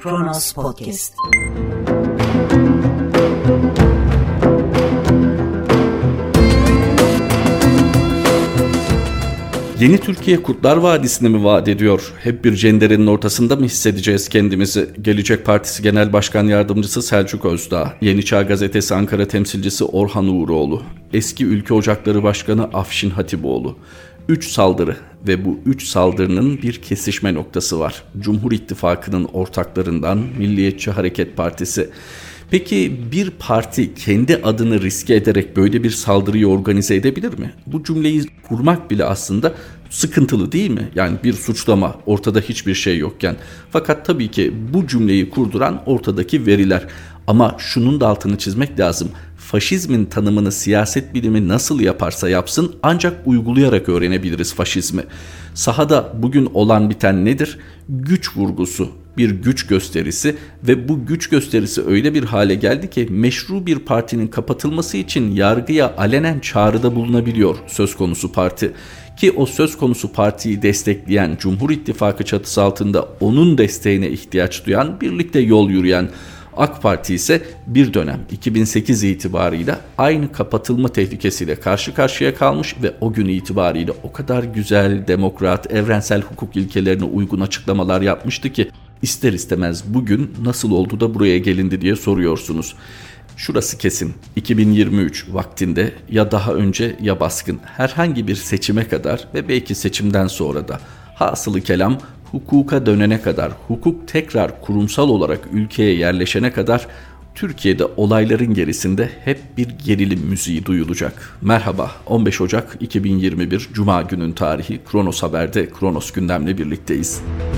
Kronos Podcast. Yeni Türkiye Kurtlar Vadisi'ni mi vaat ediyor? Hep bir cenderenin ortasında mı hissedeceğiz kendimizi? Gelecek Partisi Genel Başkan Yardımcısı Selçuk Özdağ, Yeni Çağ Gazetesi Ankara temsilcisi Orhan Uğuroğlu, eski Ülke Ocakları Başkanı Afşin Hatipoğlu. 3 saldırı ve bu 3 saldırının bir kesişme noktası var. Cumhur İttifakı'nın ortaklarından Milliyetçi Hareket Partisi. Peki bir parti kendi adını riske ederek böyle bir saldırıyı organize edebilir mi? Bu cümleyi kurmak bile aslında sıkıntılı değil mi? Yani bir suçlama, ortada hiçbir şey yokken. Fakat tabii ki bu cümleyi kurduran ortadaki veriler. Ama şunun da altını çizmek lazım. Faşizmin tanımını siyaset bilimi nasıl yaparsa yapsın ancak uygulayarak öğrenebiliriz faşizmi. Sahada bugün olan biten nedir? Güç vurgusu, bir güç gösterisi ve bu güç gösterisi öyle bir hale geldi ki meşru bir partinin kapatılması için yargıya alenen çağrıda bulunabiliyor söz konusu parti. Ki o söz konusu partiyi destekleyen, Cumhur İttifakı çatısı altında onun desteğine ihtiyaç duyan, birlikte yol yürüyen AK Parti ise bir dönem 2008 itibarıyla aynı kapatılma tehlikesiyle karşı karşıya kalmış ve o gün itibariyle o kadar güzel, demokrat, evrensel hukuk ilkelerine uygun açıklamalar yapmıştı ki ister istemez bugün nasıl oldu da buraya gelindi diye soruyorsunuz. Şurası kesin, 2023 vaktinde ya daha önce ya baskın herhangi bir seçime kadar ve belki seçimden sonra da hasılı kelam hukuka dönene kadar, hukuk tekrar kurumsal olarak ülkeye yerleşene kadar Türkiye'de olayların gerisinde hep bir gerilim müziği duyulacak. Merhaba, 15 Ocak 2021 Cuma günün tarihi. Kronos Haber'de Kronos gündemle birlikteyiz.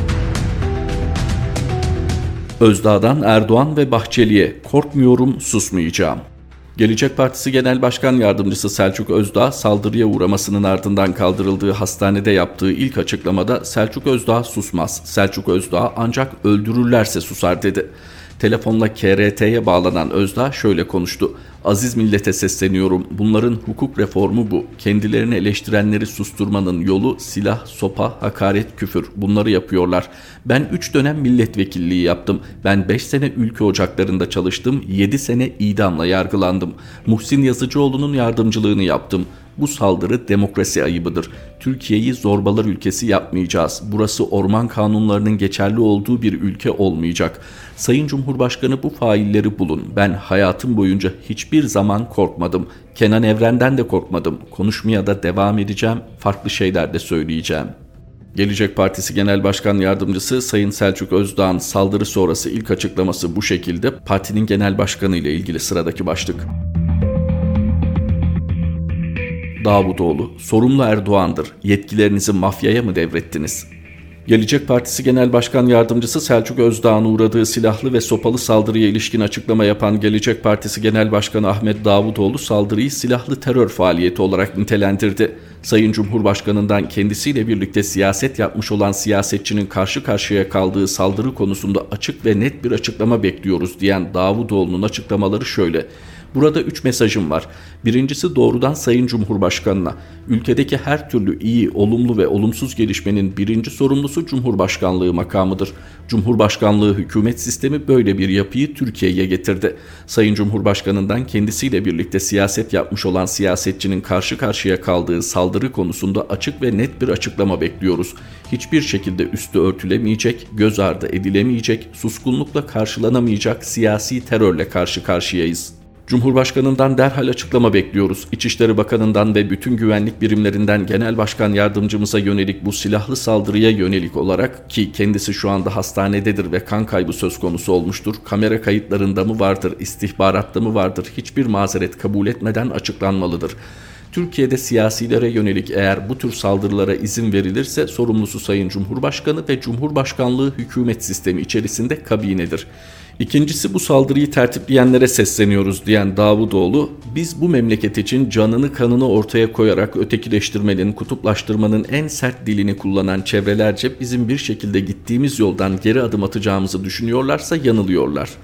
Özdağ'dan Erdoğan ve Bahçeli'ye korkmuyorum, susmayacağım. Gelecek Partisi Genel Başkan Yardımcısı Selçuk Özdağ saldırıya uğramasının ardından kaldırıldığı hastanede yaptığı ilk açıklamada Selçuk Özdağ susmaz. Selçuk Özdağ ancak öldürürlerse susar dedi. Telefonla KRT'ye bağlanan Özdağ şöyle konuştu. Aziz millete sesleniyorum. Bunların hukuk reformu bu. Kendilerini eleştirenleri susturmanın yolu silah, sopa, hakaret, küfür. Bunları yapıyorlar. Ben 3 dönem milletvekilliği yaptım. Ben 5 sene ülke ocaklarında çalıştım. 7 sene idamla yargılandım. Muhsin Yazıcıoğlu'nun yardımcılığını yaptım. Bu saldırı demokrasi ayıbıdır. Türkiye'yi zorbalar ülkesi yapmayacağız. Burası orman kanunlarının geçerli olduğu bir ülke olmayacak. Sayın Cumhurbaşkanı bu failleri bulun. Ben hayatım boyunca hiçbir zaman korkmadım. Kenan Evren'den de korkmadım. Konuşmaya da devam edeceğim. Farklı şeyler de söyleyeceğim. Gelecek Partisi Genel Başkan Yardımcısı Sayın Selçuk Özdağ'ın saldırı sonrası ilk açıklaması bu şekilde. Partinin genel başkanı ile ilgili sıradaki başlık. Davutoğlu, sorumlu Erdoğan'dır. Yetkilerinizi mafyaya mı devrettiniz? Gelecek Partisi Genel Başkan Yardımcısı Selçuk Özdağ'ın uğradığı silahlı ve sopalı saldırıya ilişkin açıklama yapan Gelecek Partisi Genel Başkanı Ahmet Davutoğlu saldırıyı silahlı terör faaliyeti olarak nitelendirdi. Sayın Cumhurbaşkanı'ndan kendisiyle birlikte siyaset yapmış olan siyasetçinin karşı karşıya kaldığı saldırı konusunda açık ve net bir açıklama bekliyoruz diyen Davutoğlu'nun açıklamaları şöyle. Burada 3 mesajım var. Birincisi doğrudan Sayın Cumhurbaşkanı'na. Ülkedeki her türlü iyi, olumlu ve olumsuz gelişmenin birinci sorumlusu Cumhurbaşkanlığı makamıdır. Cumhurbaşkanlığı hükümet sistemi böyle bir yapıyı Türkiye'ye getirdi. Sayın Cumhurbaşkanı'ndan kendisiyle birlikte siyaset yapmış olan siyasetçinin karşı karşıya kaldığı saldırı konusunda açık ve net bir açıklama bekliyoruz. Hiçbir şekilde üstü örtülemeyecek, göz ardı edilemeyecek, suskunlukla karşılanamayacak siyasi terörle karşı karşıyayız. Cumhurbaşkanından derhal açıklama bekliyoruz. İçişleri Bakanı'ndan ve bütün güvenlik birimlerinden Genel Başkan Yardımcımıza yönelik bu silahlı saldırıya yönelik olarak ki kendisi şu anda hastanededir ve kan kaybı söz konusu olmuştur. Kamera kayıtlarında mı vardır, istihbaratta mı vardır hiçbir mazeret kabul etmeden açıklanmalıdır. Türkiye'de siyasilere yönelik eğer bu tür saldırılara izin verilirse sorumlusu Sayın Cumhurbaşkanı ve Cumhurbaşkanlığı hükümet sistemi içerisinde kabinedir. İkincisi bu saldırıyı tertipleyenlere sesleniyoruz diyen Davutoğlu, biz bu memleket için canını kanını ortaya koyarak ötekileştirmenin, kutuplaştırmanın en sert dilini kullanan çevrelerce bizim bir şekilde gittiğimiz yoldan geri adım atacağımızı düşünüyorlarsa yanılıyorlar.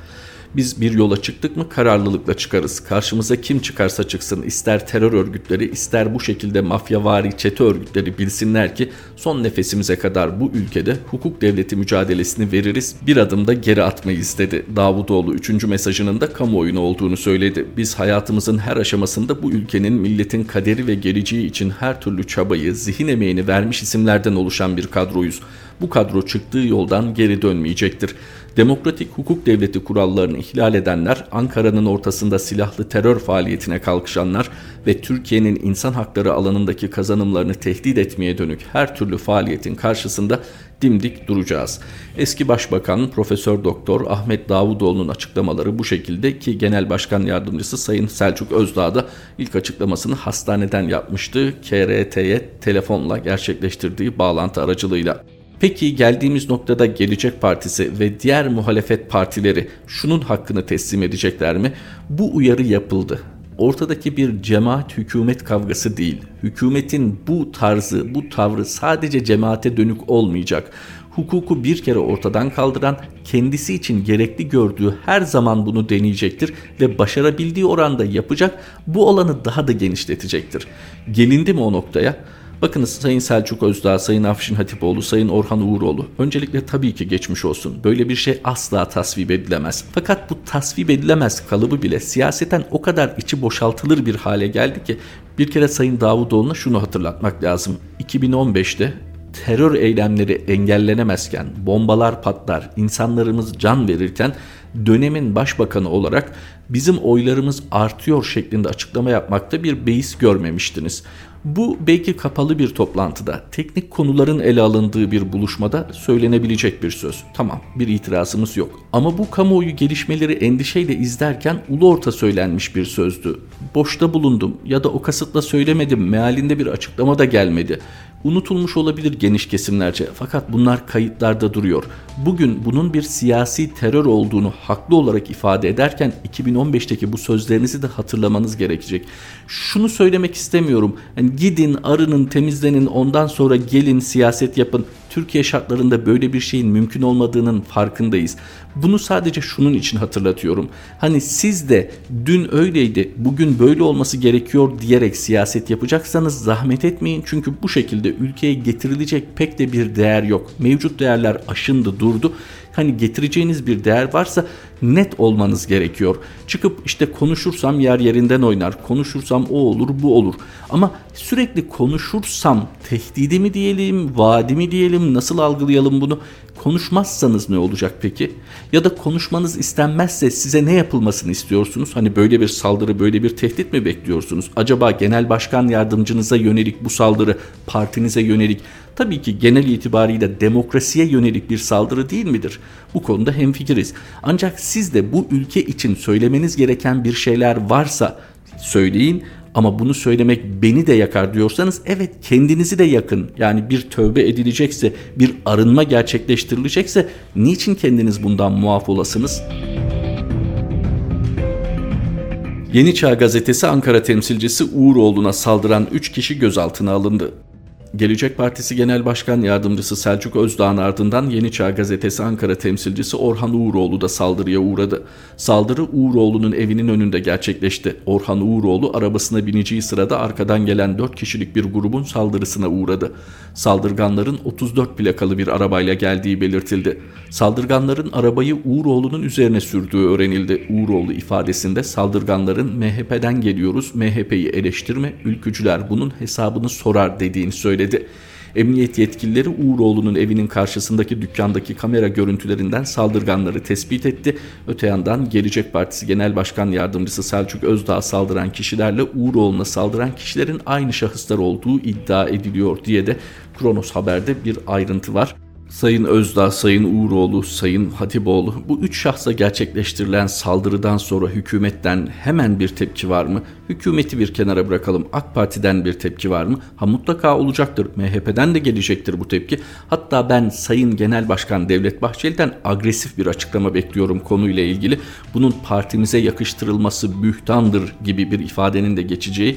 Biz bir yola çıktık mı kararlılıkla çıkarız. Karşımıza kim çıkarsa çıksın, ister terör örgütleri, ister bu şekilde mafyavari çete örgütleri bilsinler ki son nefesimize kadar bu ülkede hukuk devleti mücadelesini veririz, bir adım da geri atmayız dedi. Davutoğlu 3. mesajının da kamuoyuna olduğunu söyledi. Biz hayatımızın her aşamasında bu ülkenin, milletin kaderi ve geleceği için her türlü çabayı, zihin emeğini vermiş isimlerden oluşan bir kadroyuz. Bu kadro çıktığı yoldan geri dönmeyecektir. Demokratik hukuk devleti kurallarını ihlal edenler, Ankara'nın ortasında silahlı terör faaliyetine kalkışanlar ve Türkiye'nin insan hakları alanındaki kazanımlarını tehdit etmeye dönük her türlü faaliyetin karşısında dimdik duracağız. Eski Başbakan Profesör Doktor Ahmet Davutoğlu'nun açıklamaları bu şekilde ki Genel Başkan Yardımcısı Sayın Selçuk Özdağ da ilk açıklamasını hastaneden yapmıştı. KRT'ye telefonla gerçekleştirdiği bağlantı aracılığıyla. Peki geldiğimiz noktada Gelecek Partisi ve diğer muhalefet partileri şunun hakkını teslim edecekler mi? Bu uyarı yapıldı. Ortadaki bir cemaat hükümet kavgası değil. Hükümetin bu tarzı, bu tavrı sadece cemaate dönük olmayacak. Hukuku bir kere ortadan kaldıran, kendisi için gerekli gördüğü her zaman bunu deneyecektir ve başarabildiği oranda yapacak, bu alanı daha da genişletecektir. Gelindi mi o noktaya? Bakınız Sayın Selçuk Özdağ, Sayın Afşin Hatipoğlu, Sayın Orhan Uğuroğlu. Öncelikle tabii ki geçmiş olsun. Böyle bir şey asla tasvip edilemez. Fakat bu tasvip edilemez kalıbı bile siyaseten o kadar içi boşaltılır bir hale geldi ki bir kere Sayın Davutoğlu'na şunu hatırlatmak lazım. 2015'te terör eylemleri engellenemezken, bombalar patlar, insanlarımız can verirken dönemin başbakanı olarak bizim oylarımız artıyor şeklinde açıklama yapmakta bir beis görmemiştiniz. Bu belki kapalı bir toplantıda, teknik konuların ele alındığı bir buluşmada söylenebilecek bir söz. Tamam, bir itirazımız yok. Ama bu kamuoyu gelişmeleri endişeyle izlerken ulu orta söylenmiş bir sözdü. Boşta bulundum ya da o kasıtla söylemedim mealinde bir açıklama da gelmedi. Unutulmuş olabilir geniş kesimlerce fakat bunlar kayıtlarda duruyor. Bugün bunun bir siyasi terör olduğunu haklı olarak ifade ederken 2015'teki bu sözlerinizi de hatırlamanız gerekecek. Şunu söylemek istemiyorum. Yani gidin, arının, temizlenin, ondan sonra gelin siyaset yapın. Türkiye şartlarında böyle bir şeyin mümkün olmadığının farkındayız. Bunu sadece şunun için hatırlatıyorum. Hani siz de dün öyleydi, bugün böyle olması gerekiyor diyerek siyaset yapacaksanız zahmet etmeyin. Çünkü bu şekilde ülkeye getirilecek pek de bir değer yok. Mevcut değerler aşındı, durdu. Hani getireceğiniz bir değer varsa net olmanız gerekiyor. Çıkıp işte konuşursam yer yerinden oynar, konuşursam o olur, bu olur. Ama sürekli konuşursam tehdidi mi diyelim, vaadi mi diyelim, nasıl algılayalım bunu? Konuşmazsanız ne olacak peki? Ya da konuşmanız istenmezse size ne yapılmasını istiyorsunuz? Hani böyle bir saldırı, böyle bir tehdit mi bekliyorsunuz? Acaba genel başkan yardımcınıza yönelik bu saldırı partinize yönelik, tabii ki genel itibariyle demokrasiye yönelik bir saldırı değil midir? Bu konuda hemfikiriz. Ancak siz de bu ülke için söylemeniz gereken bir şeyler varsa söyleyin. Ama bunu söylemek beni de yakar diyorsanız evet kendinizi de yakın. Yani bir tövbe edilecekse, bir arınma gerçekleştirilecekse niçin kendiniz bundan muaf olasınız? Yeni Çağ Gazetesi Ankara temsilcisi Uğuroğlu'na saldıran 3 kişi gözaltına alındı. Gelecek Partisi Genel Başkan Yardımcısı Selçuk Özdağ'ın ardından Yeni Çağ Gazetesi Ankara temsilcisi Orhan Uğuroğlu da saldırıya uğradı. Saldırı Uğuroğlu'nun evinin önünde gerçekleşti. Orhan Uğuroğlu arabasına bineceği sırada arkadan gelen 4 kişilik bir grubun saldırısına uğradı. Saldırganların 34 plakalı bir arabayla geldiği belirtildi. Saldırganların arabayı Uğuroğlu'nun üzerine sürdüğü öğrenildi. Uğuroğlu ifadesinde saldırganların MHP'den geliyoruz, MHP'yi eleştirme, ülkücüler bunun hesabını sorar dediğini söyledi. Emniyet yetkilileri Uğuroğlu'nun evinin karşısındaki dükkandaki kamera görüntülerinden saldırganları tespit etti. Öte yandan Gelecek Partisi Genel Başkan Yardımcısı Selçuk Özdağ saldıran kişilerle Uğuroğlu'na saldıran kişilerin aynı şahıslar olduğu iddia ediliyor diye de Kronos Haber'de bir ayrıntı var. Sayın Özdağ, Sayın Uğuroğlu, Sayın Hatipoğlu, bu 3 şahsa gerçekleştirilen saldırıdan sonra hükümetten hemen bir tepki var mı? Hükümeti bir kenara bırakalım. AK Parti'den bir tepki var mı? Mutlaka olacaktır. MHP'den de gelecektir bu tepki. Hatta ben Sayın Genel Başkan Devlet Bahçeli'den agresif bir açıklama bekliyorum konuyla ilgili. Bunun partimize yakıştırılması bühtandır gibi bir ifadenin de geçeceği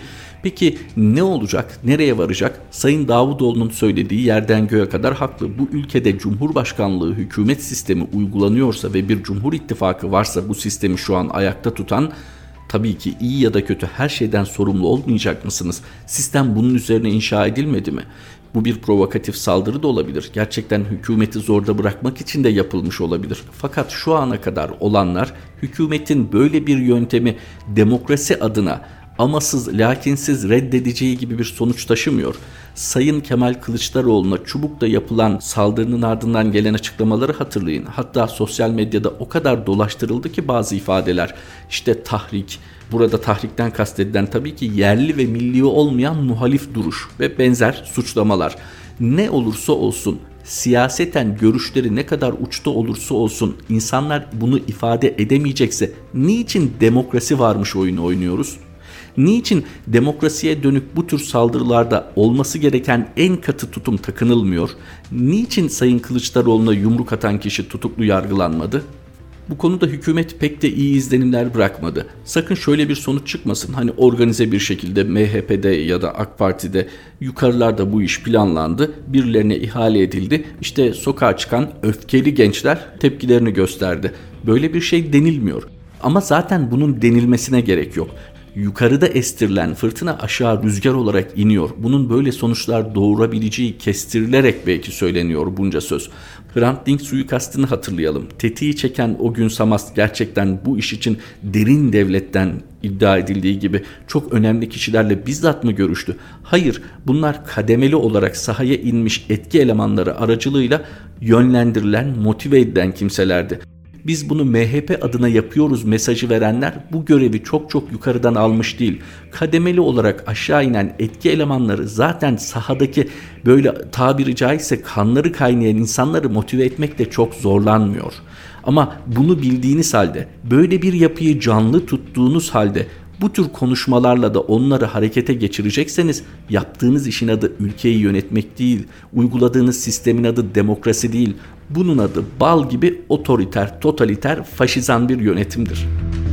Peki ne olacak, nereye varacak? Sayın Davutoğlu'nun söylediği yerden göğe kadar haklı. Bu ülkede Cumhurbaşkanlığı hükümet sistemi uygulanıyorsa ve bir Cumhur İttifakı varsa bu sistemi şu an ayakta tutan, tabii ki iyi ya da kötü her şeyden sorumlu olmayacak mısınız? Sistem bunun üzerine inşa edilmedi mi? Bu bir provokatif saldırı da olabilir. Gerçekten hükümeti zorda bırakmak için de yapılmış olabilir. Fakat şu ana kadar olanlar hükümetin böyle bir yöntemi demokrasi adına amasız lakinsiz reddedeceği gibi bir sonuç taşımıyor. Sayın Kemal Kılıçdaroğlu'na Çubuk'ta yapılan saldırının ardından gelen açıklamaları hatırlayın. Hatta sosyal medyada o kadar dolaştırıldı ki bazı ifadeler. İşte tahrik, burada tahrikten kastedilen tabii ki yerli ve milli olmayan muhalif duruş ve benzer suçlamalar. Ne olursa olsun, siyaseten görüşleri ne kadar uçta olursa olsun insanlar bunu ifade edemeyecekse niçin demokrasi varmış oyunu oynuyoruz? Niçin demokrasiye dönük bu tür saldırılarda olması gereken en katı tutum takınılmıyor? Niçin Sayın Kılıçdaroğlu'na yumruk atan kişi tutuklu yargılanmadı? Bu konuda hükümet pek de iyi izlenimler bırakmadı. Sakın şöyle bir sonuç çıkmasın. Hani organize bir şekilde MHP'de ya da AK Parti'de yukarılarda bu iş planlandı. Birilerine ihale edildi. İşte sokağa çıkan öfkeli gençler tepkilerini gösterdi. Böyle bir şey denilmiyor. Ama zaten bunun denilmesine gerek yok. Yukarıda estirilen fırtına aşağı rüzgar olarak iniyor. Bunun böyle sonuçlar doğurabileceği kestirilerek belki söyleniyor bunca söz. Hrant Dink suikastını hatırlayalım. Tetiği çeken o gün Samas gerçekten bu iş için derin devletten iddia edildiği gibi çok önemli kişilerle bizzat mı görüştü? Hayır, bunlar kademeli olarak sahaya inmiş etki elemanları aracılığıyla yönlendirilen, motive edilen kimselerdi. Biz bunu MHP adına yapıyoruz mesajı verenler bu görevi çok yukarıdan almış değil. Kademeli olarak aşağı inen etki elemanları zaten sahadaki böyle tabiri caizse kanları kaynayan insanları motive etmekte çok zorlanmıyor. Ama bunu bildiğiniz halde, böyle bir yapıyı canlı tuttuğunuz halde bu tür konuşmalarla da onları harekete geçirecekseniz yaptığınız işin adı ülkeyi yönetmek değil, uyguladığınız sistemin adı demokrasi değil, bunun adı bal gibi otoriter, totaliter, faşizan bir yönetimdir.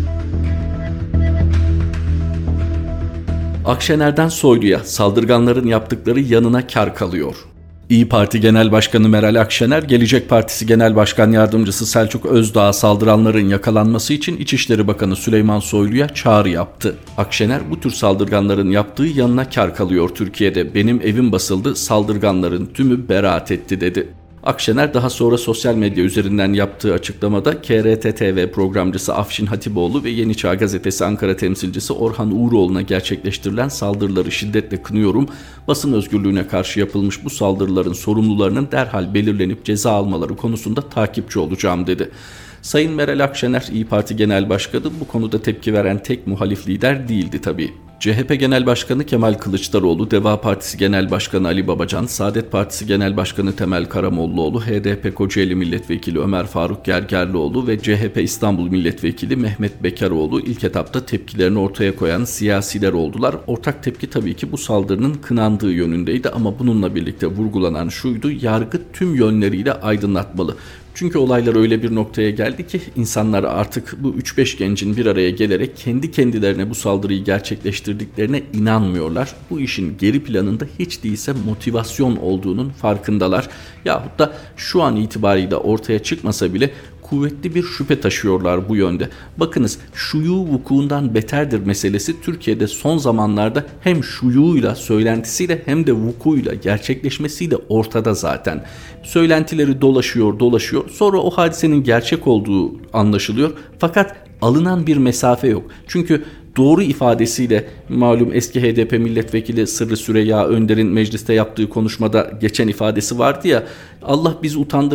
Akşener'den Soylu'ya saldırganların yaptıkları yanına kar kalıyor. İYİ Parti Genel Başkanı Meral Akşener, Gelecek Partisi Genel Başkan Yardımcısı Selçuk Özdağ'a saldıranların yakalanması için İçişleri Bakanı Süleyman Soylu'ya çağrı yaptı. Akşener, bu tür saldırganların yaptığı yanına kar kalıyor Türkiye'de. Benim evim basıldı, saldırganların tümü beraat etti dedi. Akşener daha sonra sosyal medya üzerinden yaptığı açıklamada KRT-TV programcısı Afşin Hatipoğlu ve Yeni Çağ Gazetesi Ankara temsilcisi Orhan Uğuroğlu'na gerçekleştirilen saldırıları şiddetle kınıyorum. Basın özgürlüğüne karşı yapılmış bu saldırıların sorumlularının derhal belirlenip ceza almaları konusunda takipçi olacağım dedi. Sayın Meral Akşener, İYİ Parti Genel Başkanı, bu konuda tepki veren tek muhalif lider değildi tabii. CHP Genel Başkanı Kemal Kılıçdaroğlu, Deva Partisi Genel Başkanı Ali Babacan, Saadet Partisi Genel Başkanı Temel Karamollaoğlu, HDP Kocaeli Milletvekili Ömer Faruk Gergerlioğlu ve CHP İstanbul Milletvekili Mehmet Bekaroğlu ilk etapta tepkilerini ortaya koyan siyasiler oldular. Ortak tepki tabii ki bu saldırının kınandığı yönündeydi ama bununla birlikte vurgulanan şuydu: yargı tüm yönleriyle aydınlatmalı. Çünkü olaylar öyle bir noktaya geldi ki insanlar artık bu 3-5 gencin bir araya gelerek kendi kendilerine bu saldırıyı gerçekleştirdiklerine inanmıyorlar. Bu işin geri planında hiç değilse motivasyon olduğunun farkındalar. Yahut da şu an itibariyle ortaya çıkmasa bile kuvvetli bir şüphe taşıyorlar bu yönde. Bakınız, şuyu vukuundan beterdir meselesi Türkiye'de son zamanlarda hem şuyuyla, söylentisiyle hem de vukuyla, gerçekleşmesiyle ortada zaten. Söylentileri dolaşıyor. Sonra o hadisenin gerçek olduğu anlaşılıyor. Fakat alınan bir mesafe yok. Çünkü doğru ifadesiyle malum eski HDP milletvekili Sırrı Süreyya Önder'in mecliste yaptığı konuşmada geçen ifadesi vardı ya, Allah bizi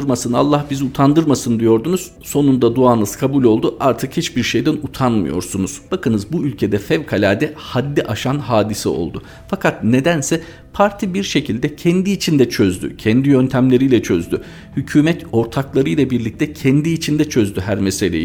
utandırmasın diyordunuz, sonunda duanız kabul oldu, artık hiçbir şeyden utanmıyorsunuz. Bakınız, bu ülkede fevkalade haddi aşan hadise oldu. Fakat nedense parti bir şekilde kendi içinde çözdü, kendi yöntemleriyle çözdü. Hükümet ortaklarıyla birlikte kendi içinde çözdü her meseleyi.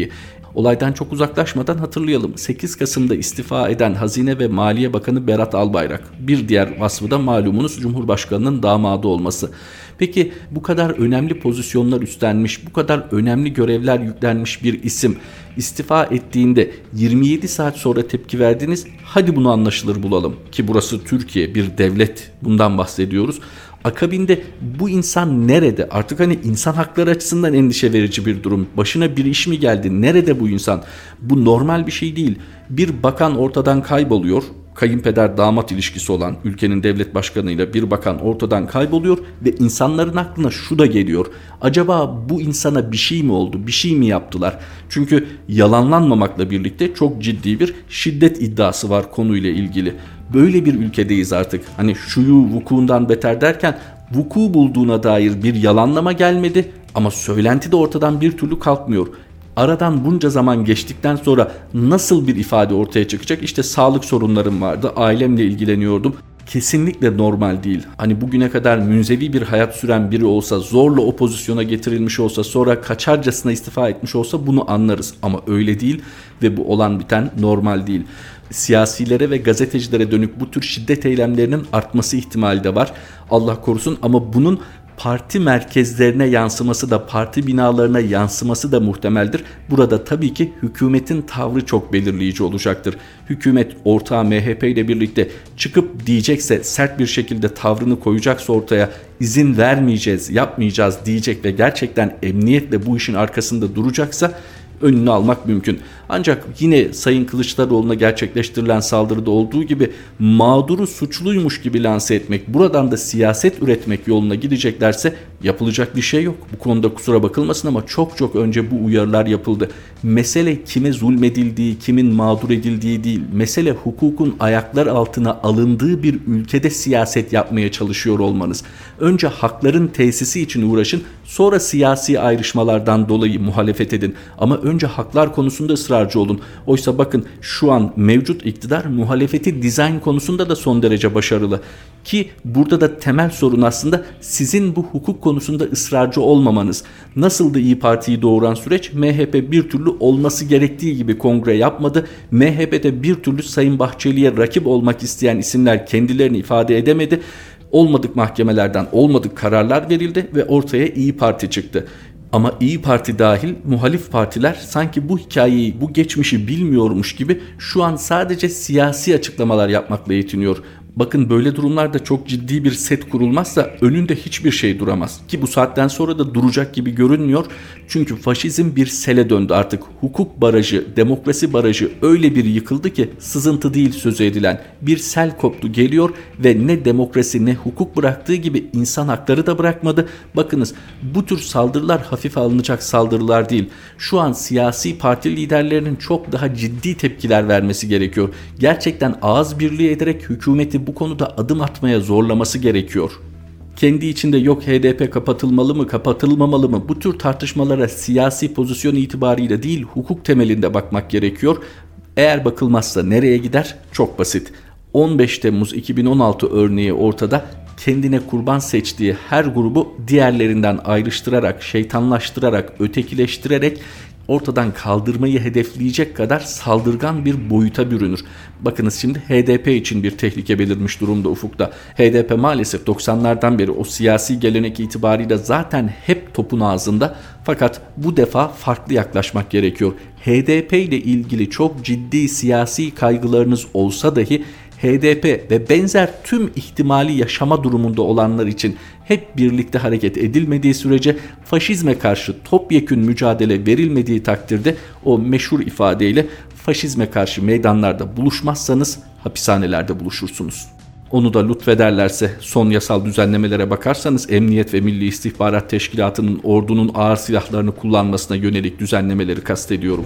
Olaydan çok uzaklaşmadan hatırlayalım. 8 Kasım'da istifa eden Hazine ve Maliye Bakanı Berat Albayrak. Bir diğer vasfı da malumunuz Cumhurbaşkanı'nın damadı olması. Peki bu kadar önemli pozisyonlar üstlenmiş, bu kadar önemli görevler yüklenmiş bir isim istifa ettiğinde 27 saat sonra tepki verdiniz. Hadi bunu anlaşılır bulalım ki burası Türkiye, bir devlet, bundan bahsediyoruz. Akabinde bu insan nerede? Artık hani insan hakları açısından endişe verici bir durum. Başına bir iş mi geldi? Nerede bu insan? Bu normal bir şey değil. Bir bakan ortadan kayboluyor. Kayınpeder damat ilişkisi olan ülkenin devlet başkanıyla bir bakan ortadan kayboluyor ve insanların aklına şu da geliyor. Acaba bu insana bir şey mi oldu? Bir şey mi yaptılar? Çünkü yalanlanmamakla birlikte çok ciddi bir şiddet iddiası var konuyla ilgili. Böyle bir ülkedeyiz artık. Hani şuyu vukuundan beter derken vuku bulduğuna dair bir yalanlama gelmedi ama söylenti de ortadan bir türlü kalkmıyor. Aradan bunca zaman geçtikten sonra nasıl bir ifade ortaya çıkacak? İşte sağlık sorunlarım vardı, ailemle ilgileniyordum. Kesinlikle normal değil. Hani bugüne kadar münzevi bir hayat süren biri olsa, zorla o pozisyona getirilmiş olsa, sonra kaçarcasına istifa etmiş olsa bunu anlarız. Ama öyle değil ve bu olan biten normal değil. Siyasilere ve gazetecilere dönük bu tür şiddet eylemlerinin artması ihtimali de var. Allah korusun, ama bunun parti merkezlerine yansıması da, parti binalarına yansıması da muhtemeldir. Burada tabii ki hükümetin tavrı çok belirleyici olacaktır. Hükümet ortağı MHP ile birlikte çıkıp diyecekse, sert bir şekilde tavrını koyacaksa ortaya, izin vermeyeceğiz, yapmayacağız diyecek ve gerçekten emniyetle bu işin arkasında duracaksa önünü almak mümkün. Ancak yine Sayın Kılıçdaroğlu'na gerçekleştirilen saldırıda olduğu gibi mağduru suçluymuş gibi lanse etmek, buradan da siyaset üretmek yoluna gideceklerse yapılacak bir şey yok. Bu konuda kusura bakılmasın ama çok önce bu uyarılar yapıldı. Mesele kime zulmedildiği, kimin mağdur edildiği değil. Mesele hukukun ayaklar altına alındığı bir ülkede siyaset yapmaya çalışıyor olmanız. Önce hakların tesisi için uğraşın, sonra siyasi ayrışmalardan dolayı muhalefet edin. Ama önce haklar konusunda ısrarcı olun. Oysa bakın şu an mevcut iktidar muhalefeti dizayn konusunda da son derece başarılı. Ki burada da temel sorun aslında sizin bu hukuk konusunda ısrarcı olmamanız. Nasıldı İYİ Parti'yi doğuran süreç? MHP bir türlü olması gerektiği gibi kongre yapmadı. MHP'de bir türlü Sayın Bahçeli'ye rakip olmak isteyen isimler kendilerini ifade edemedi. Olmadık mahkemelerden olmadık kararlar verildi ve ortaya İYİ Parti çıktı. Ama İYİ Parti dahil muhalif partiler sanki bu hikayeyi, bu geçmişi bilmiyormuş gibi şu an sadece siyasi açıklamalar yapmakla yetiniyor. Bakın böyle durumlarda çok ciddi bir set kurulmazsa önünde hiçbir şey duramaz. Ki bu saatten sonra da duracak gibi görünmüyor. Çünkü faşizm bir sele döndü artık. Hukuk barajı, demokrasi barajı öyle bir yıkıldı ki sızıntı değil sözü edilen. Bir sel koptu geliyor ve ne demokrasi ne hukuk bıraktığı gibi insan hakları da bırakmadı. Bakınız bu tür saldırılar hafife alınacak saldırılar değil. Şu an siyasi parti liderlerinin çok daha ciddi tepkiler vermesi gerekiyor. Gerçekten ağız birliği ederek hükümeti bu konuda adım atmaya zorlaması gerekiyor. Kendi içinde yok HDP kapatılmalı mı, kapatılmamalı mı, bu tür tartışmalara siyasi pozisyon itibariyle değil hukuk temelinde bakmak gerekiyor. Eğer bakılmazsa nereye gider? Çok basit. 15 Temmuz 2016 örneği ortada. Kendine kurban seçtiği her grubu diğerlerinden ayrıştırarak, şeytanlaştırarak, ötekileştirerek ortadan kaldırmayı hedefleyecek kadar saldırgan bir boyuta bürünür. Bakınız şimdi HDP için bir tehlike belirmiş durumda ufukta. HDP maalesef 90'lardan beri o siyasi gelenek itibariyle zaten hep topun ağzında. Fakat bu defa farklı yaklaşmak gerekiyor. HDP ile ilgili çok ciddi siyasi kaygılarınız olsa dahi HDP ve benzer tüm ihtimali yaşama durumunda olanlar için hep birlikte hareket edilmediği sürece, faşizme karşı topyekün mücadele verilmediği takdirde o meşhur ifadeyle faşizme karşı meydanlarda buluşmazsanız hapishanelerde buluşursunuz. Onu da lütfederlerse son yasal düzenlemelere bakarsanız Emniyet ve Milli İstihbarat Teşkilatı'nın ordunun ağır silahlarını kullanmasına yönelik düzenlemeleri kastediyorum.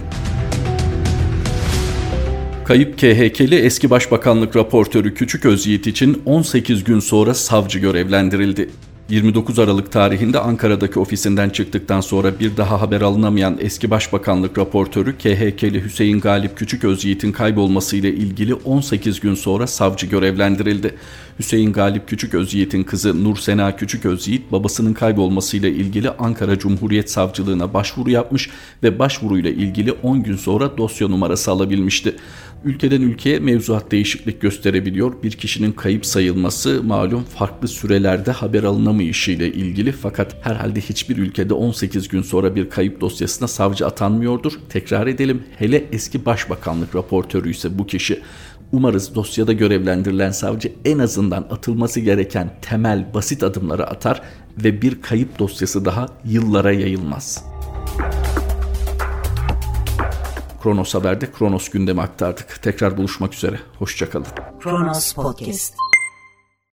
Kayıp KHK'li eski Başbakanlık raportörü Küçük Özyiğit için 18 gün sonra savcı görevlendirildi. 29 Aralık tarihinde Ankara'daki ofisinden çıktıktan sonra bir daha haber alınamayan eski Başbakanlık raportörü KHK'li Hüseyin Galip Küçüközyiğit'in kaybolmasıyla ilgili 18 gün sonra savcı görevlendirildi. Hüseyin Galip Küçüközyiğit'in kızı Nur Sena Küçüközyiğit babasının kaybolmasıyla ilgili Ankara Cumhuriyet Savcılığına başvuru yapmış ve başvuruyla ilgili 10 gün sonra dosya numarası alabilmişti. Ülkeden ülkeye mevzuat değişiklik gösterebiliyor. Bir kişinin kayıp sayılması malum farklı sürelerde haber alınamayışıyla ilgili, fakat herhalde hiçbir ülkede 18 gün sonra bir kayıp dosyasına savcı atanmıyordur. Tekrar edelim, hele eski başbakanlık raportörü ise bu kişi. Umarız dosyada görevlendirilen savcı en azından atılması gereken temel basit adımları atar ve bir kayıp dosyası daha yıllara yayılmaz. Kronos Haber'de Kronos gündemi aktardık. Tekrar buluşmak üzere. Hoşça kalın. Kronos Podcast.